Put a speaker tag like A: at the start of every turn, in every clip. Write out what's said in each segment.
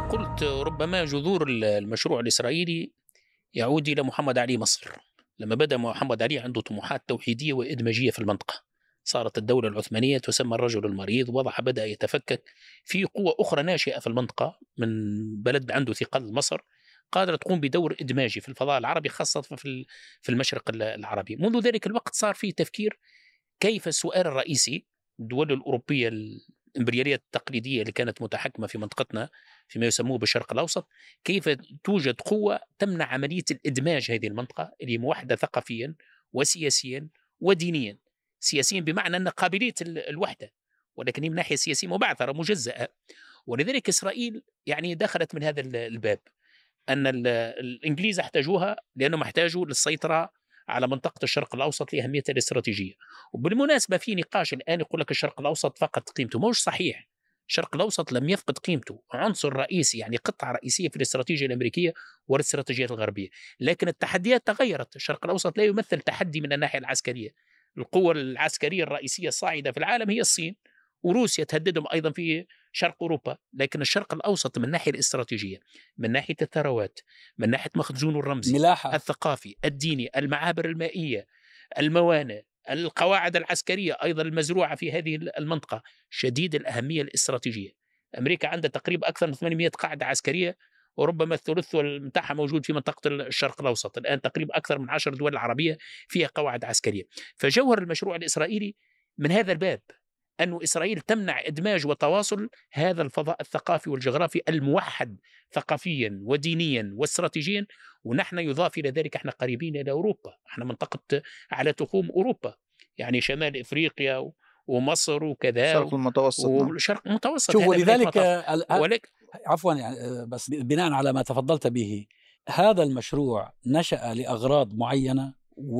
A: قلت ربما جذور المشروع الإسرائيلي يعود إلى محمد علي مصر. لما بدأ محمد علي عنده طموحات توحيدية وإدماجية في المنطقة، صارت الدولة العثمانية تسمى الرجل المريض، وضعها بدأ يتفكك في قوة أخرى ناشئة في المنطقة من بلد عنده ثقل مصر، قادرة تقوم بدور إدماجي في الفضاء العربي، خاصة في المشرق العربي. منذ ذلك الوقت صار فيه تفكير كيف السؤال الرئيسي. الدول الأوروبية الإمبريالية التقليدية اللي كانت متحكمة في منطقتنا فيما يسموه بالشرق الأوسط، كيف توجد قوة تمنع عملية الإدماج هذه المنطقة اللي موحدة ثقافيا وسياسيا ودينيا. سياسيا بمعنى أن قابلية الوحدة، ولكن من ناحية سياسية مبعثرة مجزأة. ولذلك إسرائيل يعني دخلت من هذا الباب، أن الإنجليز احتاجوها لأنهم احتاجوا للسيطرة على منطقة الشرق الأوسط لأهميتها الاستراتيجية. وبالمناسبة في نقاش الآن يقول لك الشرق الأوسط فقد قيمته، مش صحيح. الشرق الأوسط لم يفقد قيمته، عنصر رئيسي يعني قطعة رئيسية في الاستراتيجية الأمريكية والاستراتيجيات الغربية. لكن التحديات تغيرت. الشرق الأوسط لا يمثل تحدي من الناحية العسكرية. القوة العسكرية الرئيسية الصاعدة في العالم هي الصين، وروسيا تهددهم أيضا في شرق أوروبا. لكن الشرق الأوسط من الناحية الاستراتيجية، من ناحية الثروات، من ناحية مخزونه الرمزي،
B: ملاحة،
A: الثقافي، الديني، المعابر المائية، الموانئ، القواعد العسكرية أيضا المزروعة في هذه المنطقة، شديد الأهمية الاستراتيجية. أمريكا عندها تقريبا أكثر من 800 قاعدة عسكرية، وربما الثلث متاعها موجود في منطقة الشرق الأوسط. الآن تقريبا أكثر من 10 دول عربية فيها قواعد عسكرية. فجوهر المشروع الإسرائيلي من هذا الباب، أن إسرائيل تمنع إدماج وتواصل هذا الفضاء الثقافي والجغرافي الموحد ثقافيا ودينيا واستراتيجيا. ونحن يضاف إلى ذلك احنا قريبين إلى أوروبا، احنا منطقة على تخوم أوروبا، يعني شمال إفريقيا ومصر وكذا
C: الشرق المتوسط.
A: والشرق المتوسط.
B: شوف ولذلك
A: ولك
B: عفوا يعني بس بناء على ما تفضلت به، هذا المشروع نشأ لأغراض معينة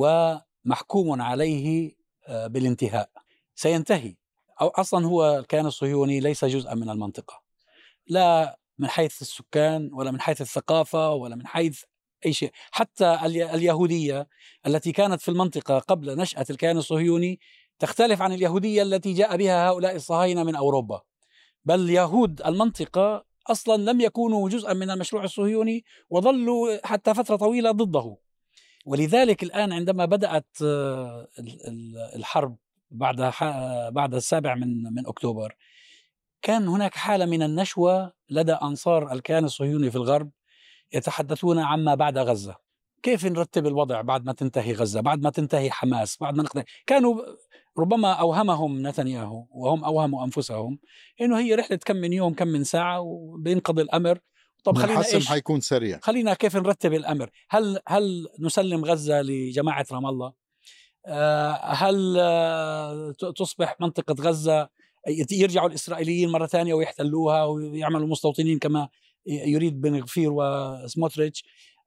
B: ومحكوم عليه بالانتهاء، سينتهي. أو أصلا هو الكيان الصهيوني ليس جزءا من المنطقة، لا من حيث السكان ولا من حيث الثقافة ولا من حيث أي شيء. حتى اليهودية التي كانت في المنطقة قبل نشأة الكيان الصهيوني تختلف عن اليهودية التي جاء بها هؤلاء الصهاينة من أوروبا. بل يهود المنطقة أصلا لم يكونوا جزءا من المشروع الصهيوني وظلوا حتى فترة طويلة ضده. ولذلك الآن عندما بدأت الحرب بعد 7 من أكتوبر، كان هناك حالة من النشوة لدى أنصار الكيان الصهيوني في الغرب، يتحدثون عما بعد غزة. كيف نرتب الوضع بعد ما تنتهي غزة، بعد ما تنتهي حماس، بعد ما نقضي. كانوا ربما أوهمهم نتنياهو وهم أوهموا أنفسهم إنه هي رحلة كم من يوم كم من ساعة وبينقضي الأمر. طب خلينا
C: الحسم حيكون سريع.
B: خلينا كيف نرتب الأمر؟ هل نسلم غزة لجماعة رام الله؟ هل تصبح منطقة غزة يرجعوا الإسرائيليين مرة ثانية ويحتلوها ويعملوا مستوطنين كما يريد بن غفير وسموتريتش؟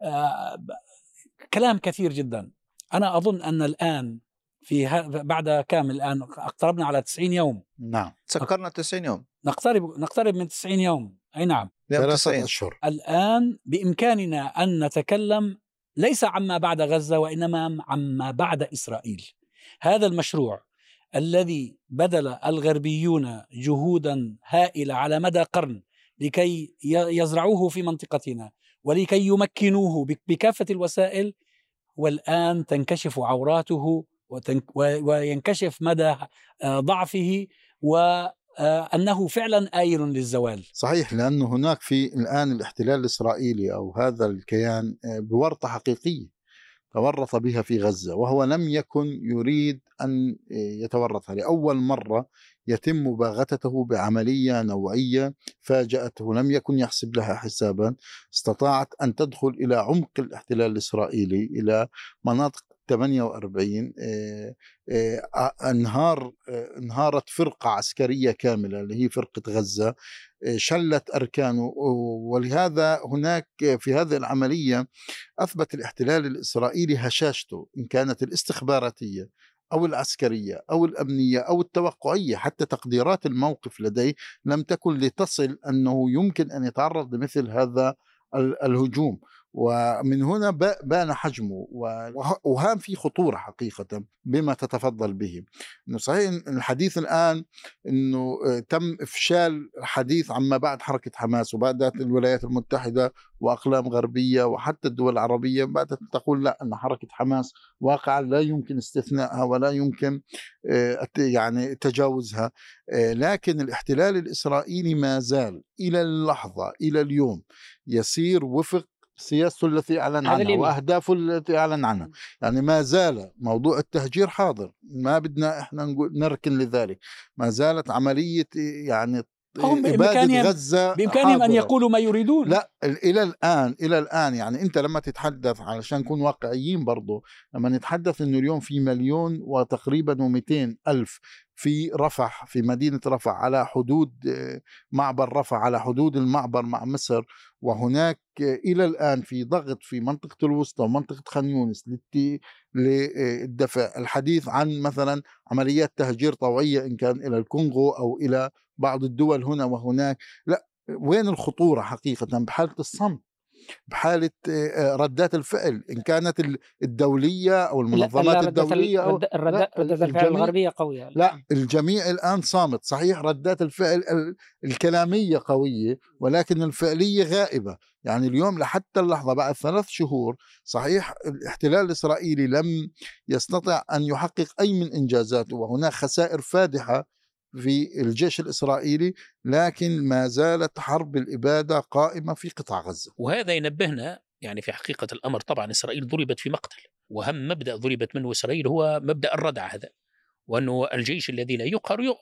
B: كلام كثير جدا. أنا أظن أن الآن بعد كامل الآن اقتربنا على 90 يوم.
C: نعم، تسكرنا 90 يوم،
B: نقترب من 90 يوم. أي نعم،
C: 3 أشهر.
B: الآن بإمكاننا أن نتكلم ليس عما بعد غزة وإنما عما بعد إسرائيل. هذا المشروع الذي بذل الغربيون جهودا هائلة على مدى قرن لكي يزرعوه في منطقتنا ولكي يمكنوه بكافة الوسائل، والآن تنكشف عوراته وينكشف مدى ضعفه وأنه فعلا آيل للزوال.
C: صحيح، لأنه هناك في الآن الاحتلال الإسرائيلي أو هذا الكيان بورطة حقيقية تورط بها في غزة، وهو لم يكن يريد أن يتورطها. لأول مرة يتم مباغتته بعملية نوعية فاجأته، لم يكن يحسب لها حسابا. استطاعت أن تدخل إلى عمق الاحتلال الإسرائيلي، إلى مناطق 48. انهارت فرقة عسكرية كاملة اللي هي فرقة غزة، شلت أركانه. ولهذا هناك في هذه العملية أثبت الاحتلال الإسرائيلي هشاشته، إن كانت الاستخباراتية أو العسكرية أو الأمنية أو التوقعية. حتى تقديرات الموقف لديه لم تكن لتصل أنه يمكن أن يتعرض لمثل هذا الهجوم. ومن هنا بان حجمه، وهام في خطورة حقيقة بما تتفضل به. إنه صحيح الحديث الآن إنه تم إفشال الحديث عما بعد حركة حماس، وبدأت الولايات المتحدة وأقلام غربية وحتى الدول العربية بدأت تقول لا، أن حركة حماس واقعا لا يمكن استثنائها ولا يمكن يعني تجاوزها. لكن الاحتلال الإسرائيلي ما زال إلى اللحظة، إلى اليوم، يسير وفق سياسته التي أعلن عنها وأهدافه التي أعلن عنها. يعني ما زال موضوع التهجير حاضر، ما بدنا إحنا نركن لذلك. ما زالت عملية يعني إبادة غزة
B: بإمكانهم أن يقولوا ما يريدون.
C: لا، إلى الآن يعني أنت لما تتحدث، علشان نكون واقعيين برضو، لما نتحدث أنه اليوم في 1,000,000 وتقريبا و200,000 في رفح، في مدينة رفح، على حدود معبر رفح، على حدود المعبر مع مصر، وهناك إلى الآن في ضغط في منطقة الوسطى ومنطقة خان يونس للدفع. الحديث عن مثلا عمليات تهجير طوعية إن كان إلى الكونغو أو إلى بعض الدول هنا وهناك. لا، وين الخطورة حقيقة؟ بحالة الصمت، بحالة ردات الفعل، إن كانت الدولية أو المنظمات الدولية أو
D: ردات الفعل الغربية قوية.
C: لا، الجميع الآن صامت. صحيح ردات الفعل الكلامية قوية، ولكن الفعلية غائبة. يعني اليوم لحتى اللحظة بعد 3 شهور، صحيح الاحتلال الإسرائيلي لم يستطع أن يحقق أي من إنجازاته، وهناك خسائر فادحة في الجيش الإسرائيلي، لكن ما زالت حرب الإبادة قائمة في قطاع غزة.
A: وهذا ينبهنا يعني في حقيقة الأمر، طبعا إسرائيل ضربت في مقتل، وهم مبدأ ضربت منه إسرائيل هو مبدأ الردع هذا، وأنه الجيش الذي لا يقهر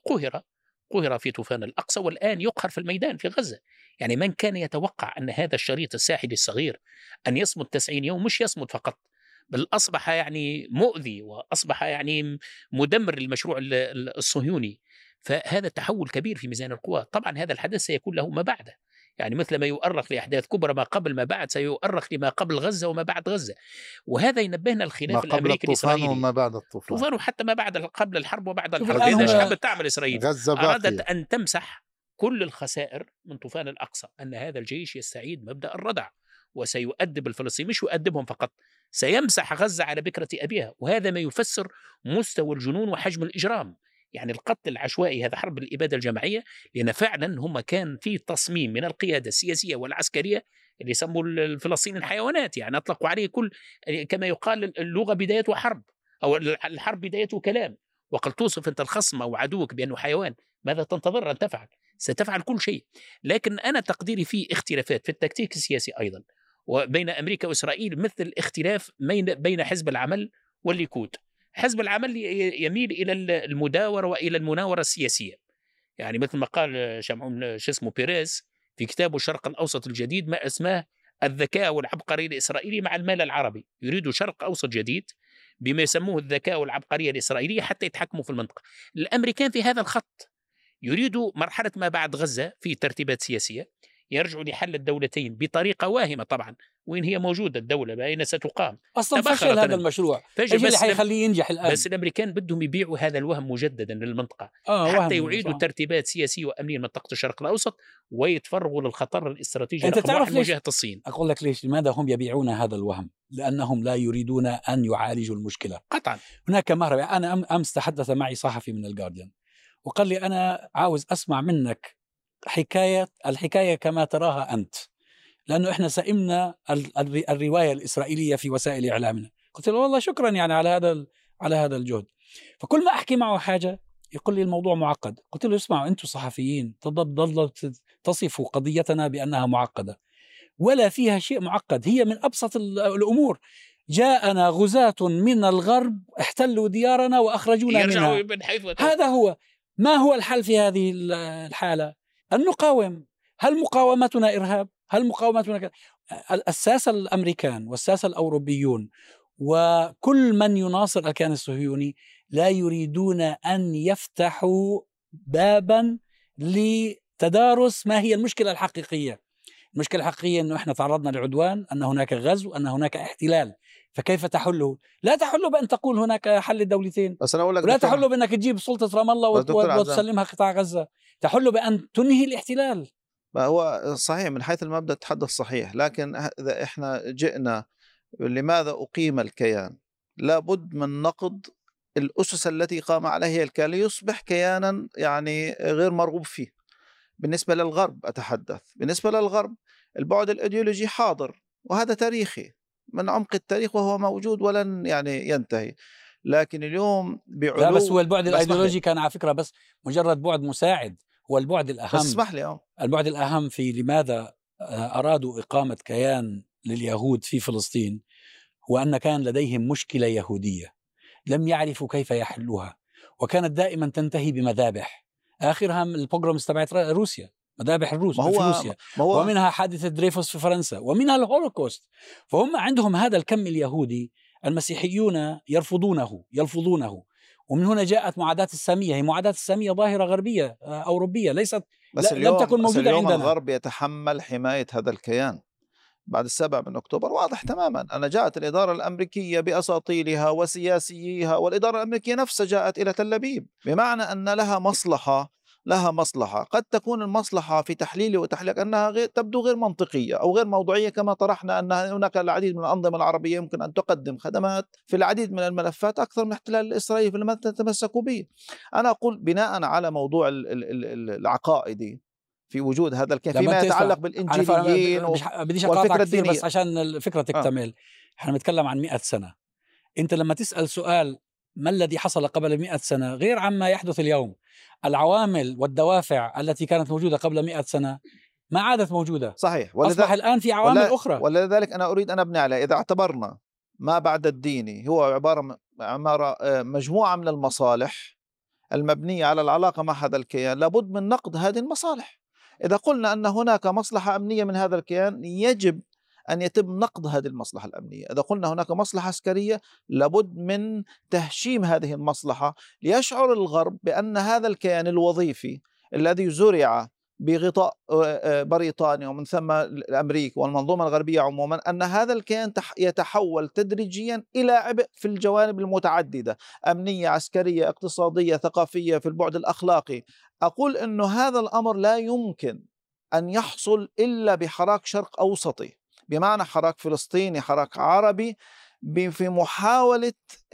A: قهر في طوفان الأقصى، والآن يقهر في الميدان في غزة. يعني من كان يتوقع أن هذا الشريط الساحلي الصغير أن يصمد 90 يوم، مش يصمد فقط، بل أصبح يعني مؤذي، وأصبح يعني مدمر للمشروع الصهيوني. فهذا تحول كبير في ميزان القوى. طبعا هذا الحدث سيكون له ما بعده، يعني مثل ما يؤرخ لأحداث كبرى ما قبل ما بعد، سيؤرخ لما قبل غزة وما بعد غزة. وهذا ينبهنا الخلاف الأمريكي الإسرائيلي،
C: وما بعد الطوفان،
A: وحتى ما بعد قبل الحرب وبعد الحرب. إذا حبت تعمل إسرائيل أرادت أن تمسح كل الخسائر من طوفان الأقصى، أن هذا الجيش يستعيد مبدأ الردع، وسيؤدب الفلسطينيين، مش يؤدبهم فقط، سيمسح غزة على بكرة أبيها. وهذا ما يفسر مستوى الجنون وحجم الإجرام. يعني القتل العشوائي هذا حرب الإبادة الجماعية، لأن فعلا هم كان في تصميم من القيادة السياسية والعسكرية اللي يسموا الفلسطينيين حيوانات، يعني أطلقوا عليه كل، كما يقال اللغة بدايته حرب، أو الحرب بدايته كلام. وقد توصف أنت الخصم أو عدوك بأنه حيوان، ماذا تنتظر أن تفعل؟ ستفعل كل شيء. لكن أنا تقديري في اختلافات في التكتيك السياسي أيضا وبين أمريكا وإسرائيل، مثل الاختلاف بين حزب العمل والليكود. حزب العمل يميل إلى المداورة وإلى المناورة السياسية، يعني مثل ما قال شمعون اسمه بيريز في كتابه الشرق الأوسط الجديد، ما اسمه الذكاء والعبقرية الإسرائيلي مع المال العربي. يريدوا شرق أوسط جديد بما يسموه الذكاء والعبقرية الإسرائيلية حتى يتحكموا في المنطقة. الأمريكان في هذا الخط يريدوا مرحلة ما بعد غزة في ترتيبات سياسية، يرجعوا لحل الدولتين بطريقة واهمة. طبعا وين هي موجودة الدولة، بأين ستقام؟
B: أصلا فشل هذا المشروع، ايش اللي حيخليه ينجح الآن؟
A: بس الأمريكان بدهم يبيعوا هذا الوهم مجددا للمنطقة، حتى يعيدوا ترتيبات سياسية وأمنية لمنطقة الشرق الأوسط، ويتفرغوا للخطر الاستراتيجي رقم 1 مواجهة الصين.
B: أقول لك ليش، لماذا هم يبيعون هذا الوهم؟ لأنهم لا يريدون أن يعالجوا المشكلة قطعا. هناك مهرب. أنا أمس تحدث معي صحفي من الجارديان وقال لي أنا عاوز أسمع منك الحكاية كما تراها أنت، لأنه إحنا سئمنا الرواية الإسرائيلية في وسائل إعلامنا. قلت له والله شكرا يعني على هذا الجهد. فكل ما أحكي معه حاجة يقول لي الموضوع معقد. قلت له اسمعوا، أنتم صحفيين تضلوا تصفوا قضيتنا بأنها معقدة، ولا فيها شيء معقد، هي من أبسط الأمور. جاءنا غزاة من الغرب احتلوا ديارنا وأخرجونا منها. هذا هو. ما هو الحل في هذه الحالة؟ أن نقاوم. هل مقاومتنا إرهاب؟ هل مقاومتنا الساسة الأمريكان والساسة الأوروبيون وكل من يناصر الكيان الصهيوني لا يريدون أن يفتحوا بابا لتدارس ما هي المشكلة الحقيقية. المشكلة الحقيقية أنه إحنا تعرضنا لعدوان، أن هناك غزو، أن هناك احتلال. فكيف تحله؟ لا تحله بأن تقول هناك حل الدولتين، ولا تحله بأنك تجيب سلطة رام الله وتسلمها قطاع غزة. تحله بأن تنهي الاحتلال.
E: هو صحيح من حيث المبدأ تحدث صحيح، لكن إذا إحنا جئنا لماذا أقيم الكيان، لابد من نقد الأسس التي قام عليها الكيان ليصبح كيانا يعني غير مرغوب فيه. بالنسبة للغرب أتحدث، بالنسبة للغرب البعد الأيديولوجي حاضر، وهذا تاريخي من عمق التاريخ وهو موجود ولن يعني ينتهي. لكن اليوم بعلو،
B: لا بس هو البعد الأيديولوجي كان على فكرة بس مجرد بعد مساعد، هو البعد الأهم.
E: بس اسمح لي
B: البعد الأهم في لماذا أرادوا إقامة كيان لليهود في فلسطين هو أن كان لديهم مشكلة يهودية لم يعرفوا كيف يحلوها، وكانت دائما تنتهي بمذابح، آخرها البوغرومز تبعت روسيا، مذابح الروس في روسيا، ومنها حادثة دريفوس في فرنسا، ومنها الهولوكوست. فهم عندهم هذا الكم اليهودي، المسيحيون يلفظونه، ومن هنا جاءت معاداة السامية. هي معاداة السامية ظاهرة غربية أوروبية، ليست
E: بس
B: لم تكن موجودة عندنا.
E: الغرب يتحمل حماية هذا الكيان بعد 7 أكتوبر، واضح تماما أن جاءت الإدارة الأمريكية بأساطيلها وسياسيها، والإدارة الأمريكية نفسها جاءت إلى تل أبيب، بمعنى أن لها مصلحة قد تكون المصلحة في تحليل وتحليل أنها تبدو غير منطقية أو غير موضوعية، كما طرحنا أن هناك العديد من الأنظمة العربية يمكن أن تقدم خدمات في العديد من الملفات أكثر من الاحتلال الإسرائيلي فلما تتمسكوا به. أنا أقول بناء على موضوع العقائدي في وجود هذا الكيان فيما يتعلق بالإنجيليين
B: بديش أقاطعك كثير بس عشان الفكرة تكتمل. احنا نتكلم عن 100 سنة. أنت لما تسأل سؤال ما الذي حصل قبل 100 سنة غير عما يحدث اليوم، العوامل والدوافع التي كانت موجودة قبل 100 سنة ما عادت موجودة.
E: صحيح.
B: أصبح الآن في عوامل أخرى.
E: ولذلك أنا أريد أن أبني على، إذا اعتبرنا ما بعد الديني هو عبارة مجموعة من المصالح المبنية على العلاقة مع هذا الكيان، لابد من نقد هذه المصالح. إذا قلنا أن هناك مصلحة أمنية من هذا الكيان يجب أن يتم نقد هذه المصلحة الأمنية. إذا قلنا هناك مصلحة عسكرية لابد من تهشيم هذه المصلحة ليشعر الغرب بأن هذا الكيان الوظيفي الذي زرع بغطاء بريطانيا ومن ثم أمريكا والمنظومة الغربية عموما، أن هذا الكيان يتحول تدريجيا إلى عبء في الجوانب المتعددة، أمنية، عسكرية، اقتصادية، ثقافية، في البعد الأخلاقي. أقول أنه هذا الأمر لا يمكن أن يحصل إلا بحراك شرق أوسطي، بمعنى حراك فلسطيني، حراك عربي، في محاولة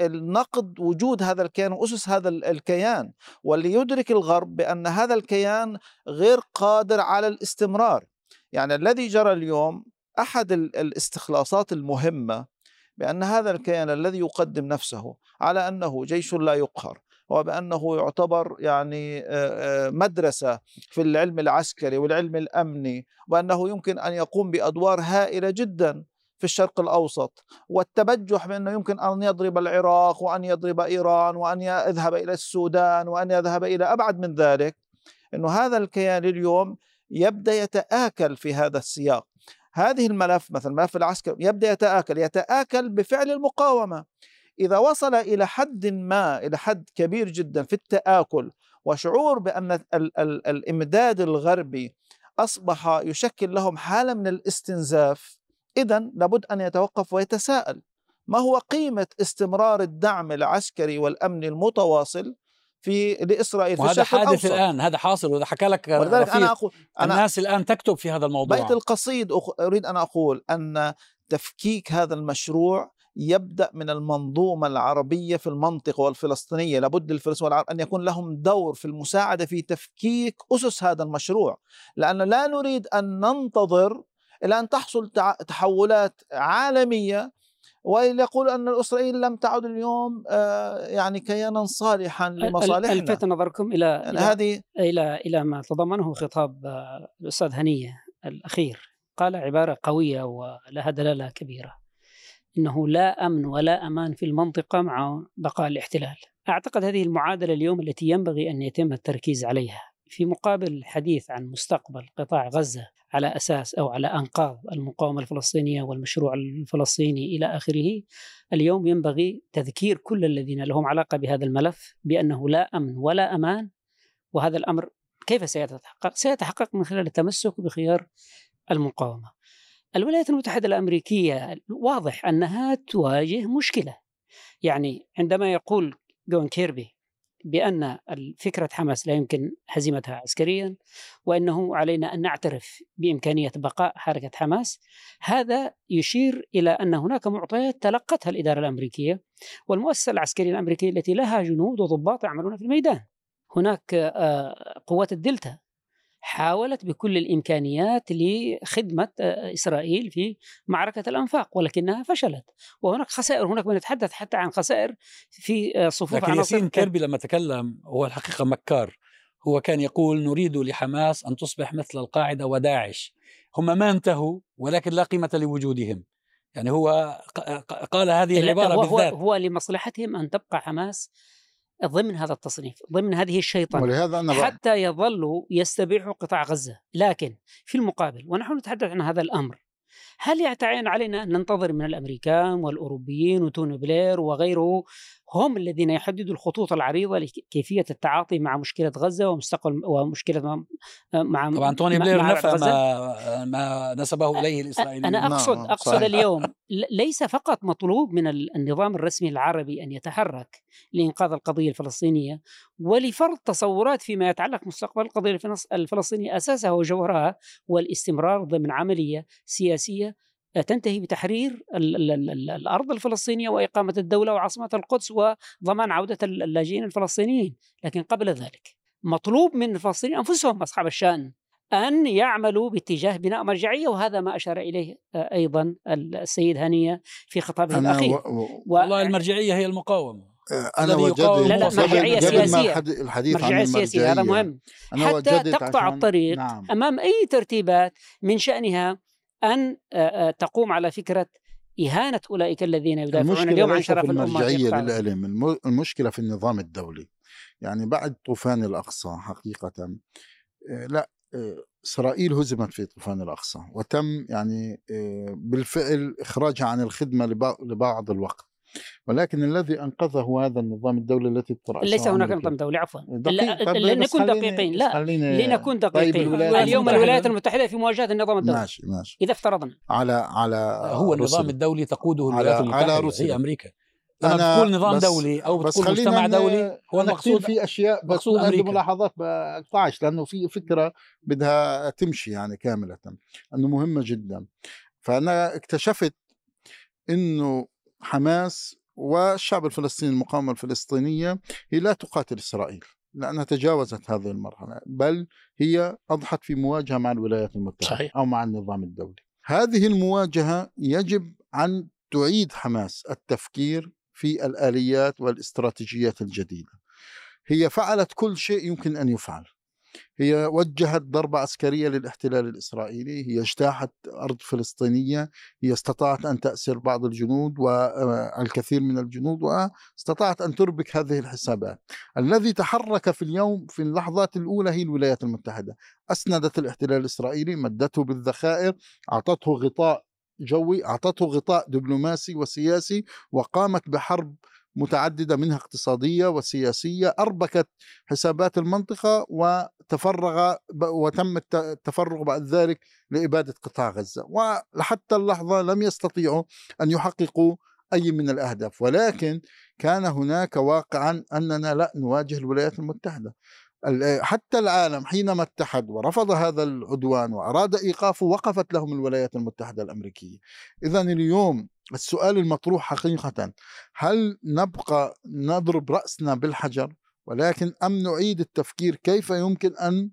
E: النقد وجود هذا الكيان وأسس هذا الكيان، واللي يدرك الغرب بأن هذا الكيان غير قادر على الاستمرار. يعني الذي جرى اليوم أحد الاستخلاصات المهمة بأن هذا الكيان الذي يقدم نفسه على أنه جيش لا يقهر، وبأنه يعتبر يعني مدرسة في العلم العسكري والعلم الأمني، وأنه يمكن أن يقوم بأدوار هائلة جدا في الشرق الأوسط، والتبجح بأنه يمكن أن يضرب العراق وأن يضرب إيران وأن يذهب إلى السودان وأن يذهب إلى أبعد من ذلك، أنه هذا الكيان اليوم يبدأ يتآكل في هذا السياق. هذه الملف مثلا الملف العسكري يبدأ يتآكل بفعل المقاومة. إذا وصل إلى حد ما، إلى حد كبير جدا في التآكل وشعور بأن الإمداد الغربي أصبح يشكل لهم حالة من الاستنزاف، إذن لابد أن يتوقف ويتساءل ما هو قيمة استمرار الدعم العسكري والأمني المتواصل لإسرائيل في الشرق الأوسط.
B: وهذا حادث الآن، هذا حاصل، وإذا حكى لك
E: ولذلك أنا أقول
B: الناس الآن تكتب في هذا الموضوع.
E: بيت القصيد أريد أن أقول أن تفكيك هذا المشروع يبدأ من المنظومة العربية في المنطقة والفلسطينية. لابد للفلسطينيين والعرب أن يكون لهم دور في المساعدة في تفكيك أسس هذا المشروع، لأن لا نريد أن ننتظر إلى أن تحصل تحولات عالمية ويقول أن إسرائيل لم تعد اليوم يعني كيانا صالحا لمصالحنا.
D: ألفت نظركم إلى ما تضمنه خطاب الأستاذ هنية الأخير، قال عبارة قوية ولها دلالة كبيرة، إنه لا أمن ولا أمان في المنطقة مع بقاء الاحتلال. أعتقد هذه المعادلة اليوم التي ينبغي أن يتم التركيز عليها في مقابل الحديث عن مستقبل قطاع غزة على أساس أو على أنقاض المقاومة الفلسطينية والمشروع الفلسطيني إلى آخره. اليوم ينبغي تذكير كل الذين لهم علاقة بهذا الملف بأنه لا أمن ولا أمان، وهذا الأمر كيف سيتحقق؟ سيتحقق من خلال التمسك بخيار المقاومة. الولايات المتحدة الأمريكية واضح أنها تواجه مشكلة، يعني عندما يقول جون كيربي بأن فكرة حماس لا يمكن هزيمتها عسكريا، وأنه علينا أن نعترف بإمكانية بقاء حركة حماس، هذا يشير إلى أن هناك معطيات تلقتها الإدارة الأمريكية والمؤسسة العسكرية الأمريكية التي لها جنود وضباط يعملون في الميدان. هناك قوات الدلتا حاولت بكل الإمكانيات لخدمة إسرائيل في معركة الأنفاق ولكنها فشلت، وهناك خسائر. هناك بنتحدث حتى عن خسائر في صفوف
B: لكن ياسين كيربي لما تكلم هو الحقيقة مكار، هو كان يقول نريد لحماس أن تصبح مثل القاعدة وداعش، هم ما انتهوا ولكن لا قيمة لوجودهم. يعني هو قال هذه العبارة بالذات.
D: هو لمصلحتهم أن تبقى حماس ضمن هذا التصنيف، ضمن هذه الشيطنة، حتى يظلوا يستبيحوا قطاع غزة. لكن في المقابل ونحن نتحدث عن هذا الأمر، هل يتعين علينا أن ننتظر من الأمريكان والأوروبيين وتوني بلير وغيره هم الذين يحددوا الخطوط العريضة لكيفية التعاطي مع مشكلة غزة ومشكلة مع
B: طبعا توني بلير نفى ما نسبه إليه الإسرائيليين.
D: أنا أقصد اليوم ليس فقط مطلوب من النظام الرسمي العربي أن يتحرك لإنقاذ القضية الفلسطينية ولفرض تصورات فيما يتعلق مستقبل القضية الفلسطينية أساسها وجوهرها والاستمرار ضمن عملية سياسية تنتهي بتحرير الأرض الفلسطينية وإقامة الدولة وعاصمة القدس وضمان عودة اللاجئين الفلسطينيين. لكن قبل ذلك مطلوب من الفلسطينيين أنفسهم أصحاب الشأن أن يعملوا باتجاه بناء مرجعية، وهذا ما أشار إليه أيضا السيد هنية في خطابه الأخير.
B: والله المرجعية هي المقاومة.
C: أنا وجدت
D: مرجعية سياسية،
C: الحديث
D: مرجعية سياسية، هذا مهم حتى تقطع الطريق أمام أي ترتيبات من شأنها أن تقوم على فكرة إهانة أولئك الذين يدافعون اليوم عن شرف الأمة.
C: المرجعية للعلم، المشكلة في النظام الدولي. يعني بعد طوفان الأقصى حقيقة لا، إسرائيل هزمت في طوفان الأقصى وتم يعني بالفعل إخراجها عن الخدمة لبعض الوقت، ولكن الذي أنقذه هذا النظام الدولي التي ترأسه
D: ليس هناك نظام دولي، عفوا لنكون دقيقين، لا لنكون دقيقين. اليوم الولايات المتحدة في مواجهة النظام الدولي.
C: ماشي.
D: إذا افترضنا
C: على
B: هو النظام الدولي تقوده الولايات المتحدة هي أمريكا.
C: لما
B: بتقول نظام دولي أو بتقول مجتمع دولي هو المقصود
C: في أشياء بس عندي ملاحظات بقطعش لأنه في فكرة بدها تمشي يعني كاملة أنه مهمة جدا. فأنا اكتشفت أنه حماس والشعب الفلسطيني المقاومة الفلسطينية هي لا تقاتل إسرائيل لأنها تجاوزت هذه المرحلة، بل هي أضحت في مواجهة مع الولايات المتحدة صحيح. أو مع النظام الدولي. هذه المواجهة يجب أن تعيد حماس التفكير في الآليات والاستراتيجيات الجديدة. هي فعلت كل شيء يمكن أن يفعل، هي وجهت ضربة عسكرية للاحتلال الإسرائيلي، هي اجتاحت أرض فلسطينية، هي استطاعت أن تأسر بعض الجنود والكثير من الجنود، واستطاعت أن تربك هذه الحسابات. الذي تحرك في اليوم في اللحظات الأولى هي الولايات المتحدة، أسندت الاحتلال الإسرائيلي، مدته بالذخائر، أعطته غطاء جوي، أعطته غطاء دبلوماسي وسياسي، وقامت بحرب متعددة منها اقتصادية وسياسية، أربكت حسابات المنطقة وتم التفرغ بعد ذلك لإبادة قطاع غزة. وحتى اللحظة لم يستطيعوا أن يحققوا أي من الأهداف، ولكن كان هناك واقعا أننا لا نواجه الولايات المتحدة. حتى العالم حينما اتحد ورفض هذا العدوان وأراد إيقافه وقفت لهم الولايات المتحدة الأمريكية. إذن اليوم السؤال المطروح حقيقة، هل نبقى نضرب رأسنا بالحجر ولكن أم نعيد التفكير كيف يمكن أن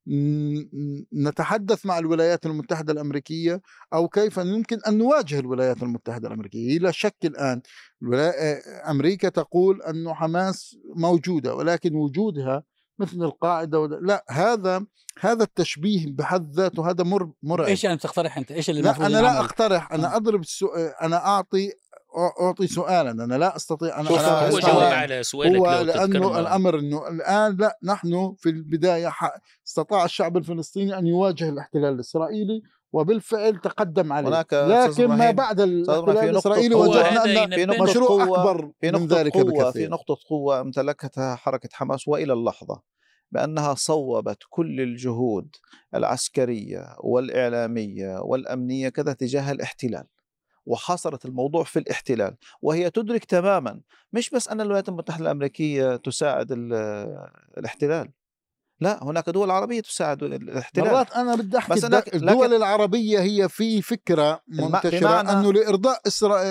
C: نتحدث مع الولايات المتحدة الأمريكية أو كيف يمكن أن نواجه الولايات المتحدة الأمريكية؟ لا شك الآن أمريكا تقول أن حماس موجودة ولكن وجودها مثل القاعدة لا، هذا التشبيه بحد ذاته هذا مرعب.
B: ايش يعني بتقترح انت؟ ايش اللي
C: لا أنا لا أقترح، أنا أضرب أنا أعطي سؤالا، أنا لا أستطيع.
A: أنا هو جواب على سؤالك
C: هو لأنه الأمر أنه الآن لا، نحن في البداية استطاع الشعب الفلسطيني أن يواجه الاحتلال الإسرائيلي وبالفعل تقدم عليه، لكن ما بعد الاحتلال الإسرائيلي وجدنا أن مشروع أكبر من ذلك بكثير.
E: في نقطة قوة امتلكتها حركة حماس وإلى اللحظة بأنها صوبت كل الجهود العسكرية والإعلامية والأمنية كذا تجاه الاحتلال، وحصرت الموضوع في الاحتلال، وهي تدرك تماما مش بس أن الولايات المتحدة الأمريكية تساعد الاحتلال، لا، هناك دول عربية تساعد الاحتلال.
C: مرات أنا بدي أحكي
E: بس
C: الدول العربية هي في فكرة منتشرة أنه لإرضاء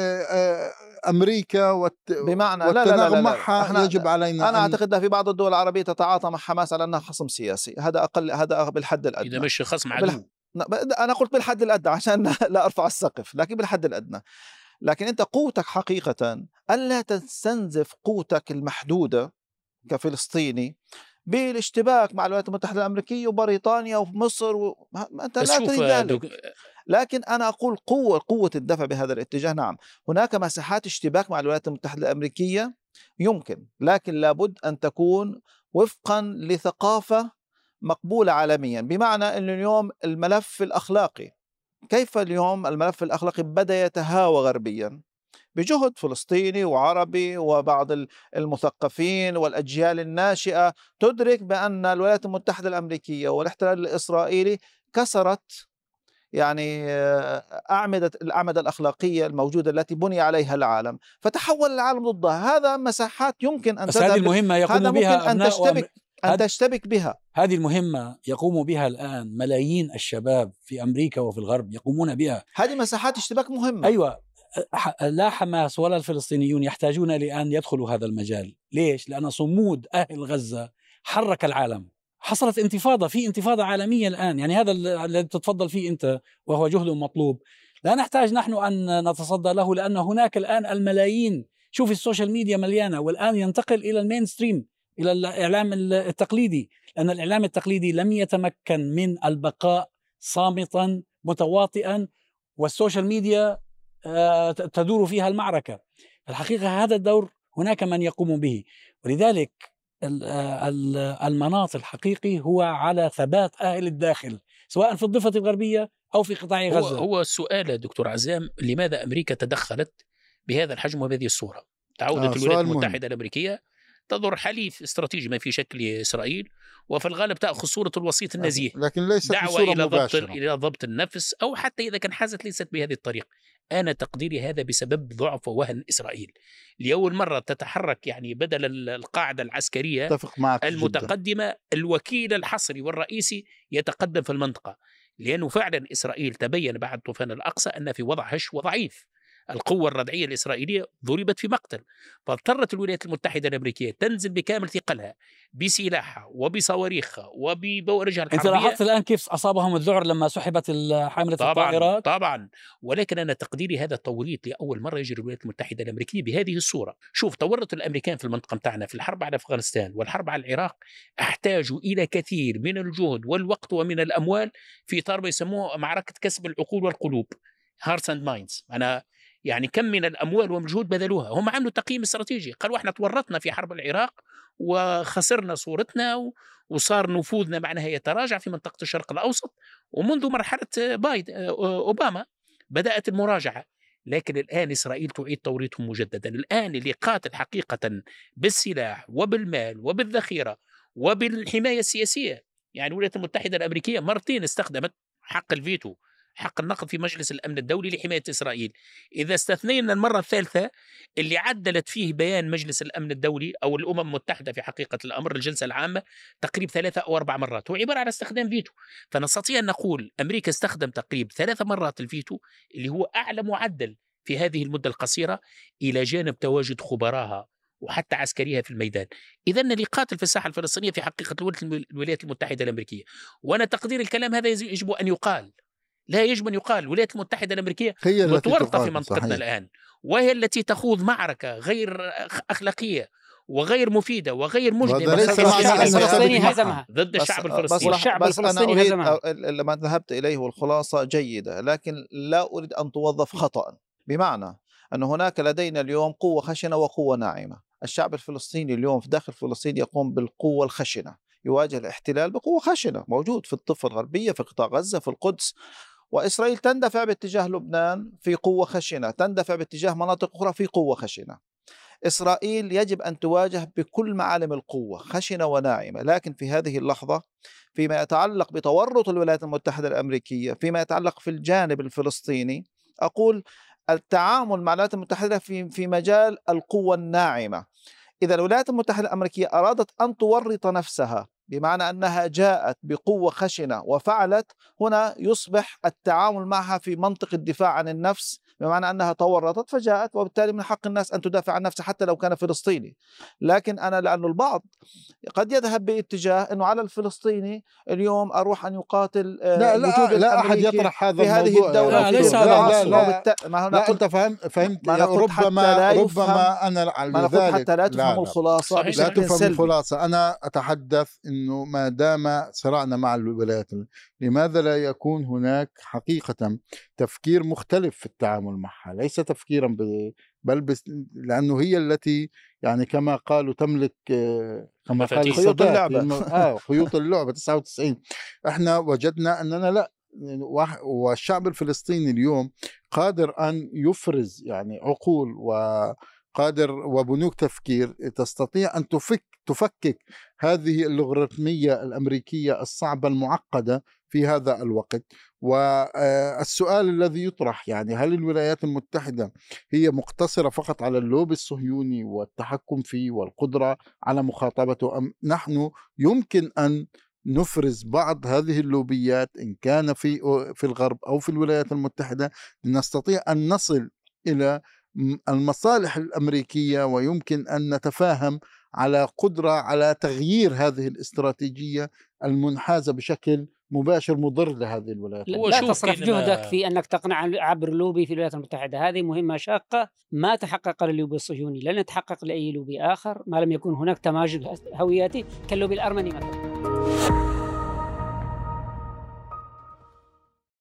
C: أمريكا
E: بمعنى
C: والتناغم معها يجب علينا.
E: أنا أعتقد في بعض الدول العربية تتعاطى مع حماس على أنها خصم سياسي، هذا بالحد الأدنى.
A: إذا مش خصم عدو.
E: أنا قلت بالحد الأدنى عشان لا أرفع السقف، لكن بالحد الأدنى. لكن أنت قوتك حقيقة ألا تستنزف قوتك المحدودة كفلسطيني بالاشتباك مع الولايات المتحدة الأمريكية وبريطانيا ومصر أنت لا تريد ذلك. لكن أنا أقول قوة الدفع بهذا الاتجاه. نعم، هناك مساحات اشتباك مع الولايات المتحدة الأمريكية يمكن، لكن لابد أن تكون وفقا لثقافة مقبولة عالميا. بمعنى أن اليوم الملف الأخلاقي، كيف اليوم الملف الأخلاقي بدأ يتهاوى غربيا بجهد فلسطيني وعربي وبعض المثقفين والأجيال الناشئة تدرك بأن الولايات المتحدة الأمريكية والاحتلال الإسرائيلي كسرت يعني الأعمدة الأخلاقية الموجودة التي بني عليها العالم، فتحول العالم ضدها. هذا مساحات يمكن أن
B: هذه المهمة يقوم بها
E: أن تشتبك بها.
B: هذه المهمة يقوم بها الآن ملايين الشباب في أمريكا وفي الغرب يقومون بها.
E: هذه مساحات اشتباك مهمة.
B: أيوة، لا حماس ولا الفلسطينيون يحتاجون لأن يدخلوا هذا المجال. ليش؟ لأن صمود أهل غزة حرك العالم. حصلت انتفاضة، في انتفاضة عالمية الآن، يعني هذا الذي تتفضل فيه أنت وهو جهد مطلوب، لا نحتاج نحن أن نتصدى له، لأن هناك الآن الملايين. شوف السوشيال ميديا مليانة، والآن ينتقل إلى المين ستريم، إلى الإعلام التقليدي، لأن الإعلام التقليدي لم يتمكن من البقاء صامتا متواطئا، والسوشيال ميديا تدور فيها المعركة. الحقيقة هذا الدور هناك من يقوم به، ولذلك المناط الحقيقي هو على ثبات أهل الداخل، سواء في الضفة الغربية أو في قطاع غزة.
A: هو السؤال دكتور عزام، لماذا أمريكا تدخلت بهذا الحجم وبهذه الصورة؟ تعودت الولايات المتحدة الأمريكية تظهر حليف استراتيجي ما في شكل إسرائيل، وفي الغالب تأخذ صورة الوسيط النزيه،
C: لكن ليست
A: دعوة إلى ضبط النفس، أو حتى إذا كان حازت ليست بهذه الطريقة. أنا تقديري هذا بسبب ضعف ووهن إسرائيل. لأول مرة تتحرك يعني بدل القاعدة العسكرية المتقدمة جدا، الوكيل الحصري والرئيسي يتقدم في المنطقة، لأنه فعلا إسرائيل تبين بعد طوفان الأقصى أن في وضع هش وضعيف. القوة الردعية الإسرائيلية ضربت في مقتل، فاضطرت الولايات المتحدة الأمريكية تنزل بكامل ثقلها بسلاحها وبصواريخها وببوارجها الحربية.
B: أنت لاحظت الآن كيف أصابهم الذعر لما سحبت حاملة الطائرات؟
A: طبعا. ولكن أنا تقديري هذا توريط لأول مرة يجري الولايات المتحدة الأمريكية بهذه الصورة. شوف، تورط الأمريكان في المنطقة متاعنا في الحرب على أفغانستان والحرب على العراق، احتاجوا إلى كثير من الجهد والوقت ومن الأموال في إطار ما يسموه معركة كسب العقول والقلوب، hearts and minds. أنا يعني كم من الأموال والمجهود بذلوها. هم عملوا تقييم استراتيجي، قالوا احنا تورطنا في حرب العراق وخسرنا صورتنا وصار نفوذنا معناها يتراجع في منطقة الشرق الأوسط، ومنذ مرحلة أوباما بدأت المراجعة. لكن الآن إسرائيل تعيد توريطهم مجددا. الآن اللي قاتل حقيقة بالسلاح وبالمال وبالذخيرة وبالحماية السياسية، يعني الولايات المتحدة الأمريكية مرتين استخدمت حق الفيتو، حق النقد في مجلس الأمن الدولي لحماية إسرائيل. إذا استثنينا المرة الثالثة اللي عدلت فيه بيان مجلس الأمن الدولي أو الأمم المتحدة في حقيقة الأمر الجلسة العامة تقريبا 3 أو 4 مرات، هو عبارة عن استخدام فيتو. فنستطيع أن نقول أمريكا استخدم تقريبا 3 مرات الفيتو، اللي هو أعلى معدل في هذه المدة القصيرة، إلى جانب تواجد خبراها وحتى عسكريها في الميدان. إذن اللي قاتل في الساحة الفلسطينية في حقيقة الولايات المتحدة الأمريكية. وأنا تقدير الكلام هذا يجب أن يقال، لا يجب أن يقال. الولايات المتحدة الأمريكية متورطة في منطقتنا الآن، وهي التي تخوض معركة غير أخلاقية وغير مفيدة وغير مجدية ضد الشعب الفلسطيني.
E: والشعب الفلسطيني هزمها. لما ذهبت إليه والخلاصة جيدة، لكن لا أريد أن توظف خطأ. بمعنى أن هناك لدينا اليوم قوة خشنة وقوة ناعمة. الشعب الفلسطيني اليوم في داخل فلسطين يقوم بالقوة الخشنة، يواجه الاحتلال بقوة خشنة، موجود في الضفة الغربية، في قطاع غزة، في القدس. وإسرائيل تندفع باتجاه لبنان في قوة خشنة، تندفع باتجاه مناطق أخرى في قوة خشنة. إسرائيل يجب أن تواجه بكل معالم القوة، خشنة وناعمة. لكن في هذه اللحظة فيما يتعلق بتورط الولايات المتحدة الأمريكية، فيما يتعلق في الجانب الفلسطيني، أقول التعامل مع الولايات المتحدة في مجال القوة الناعمة. إذا الولايات المتحدة الأمريكية أرادت أن تورط نفسها بمعنى أنها جاءت بقوة خشنة وفعلت، هنا يصبح التعامل معها في منطق الدفاع عن النفس، بمعنى أنها تورطت فجاءت، وبالتالي من حق الناس أن تدافع عن نفسها حتى لو كان فلسطيني. لكن أنا لأن البعض قد يذهب باتجاه أنه على الفلسطيني اليوم أروح أن يقاتل
C: لا لا أحد يطرح هذا
E: في هذه
C: الموضوع.
E: الدولة
B: لا ليس هذا
C: لا أنت فهمت ربما أنا لذلك
E: حتى لا تفهم الخلاصة
C: لا تفهم الخلاصة. أنا أتحدث أنه ما دام صراعنا مع الولايات، لماذا لا يكون هناك حقيقة تفكير مختلف في التعامل معها، ليس تفكيرا بل لأنه هي التي يعني كما قالوا تملك كما قال
E: خيوط اللعبة
C: خيوط اللعبة 99. احنا وجدنا أننا لا، والشعب الفلسطيني اليوم قادر أن يفرز يعني عقول وقادر وبنوك تفكير تستطيع أن تفكك هذه اللوغاريتمية الأمريكية الصعبة المعقدة في هذا الوقت. والسؤال الذي يطرح يعني هل الولايات المتحدة هي مقتصرة فقط على اللوبي الصهيوني والتحكم فيه والقدرة على مخاطبته، أم نحن يمكن أن نفرز بعض هذه اللوبيات إن كان في الغرب أو في الولايات المتحدة لنستطيع أن نصل إلى المصالح الأمريكية، ويمكن أن نتفاهم على قدرة على تغيير هذه الاستراتيجية المنحازة بشكل مباشر مضر لهذه الولايات.
D: لا تصرف جهدك في أنك تقنع عبر لوبي في الولايات المتحدة، هذه مهمة شاقة ما تحقق للوبي الصهيوني، لن يتحقق لأي لوبي آخر ما لم يكن هناك تماجد هوياتي كاللوبي الأرمني مثلا.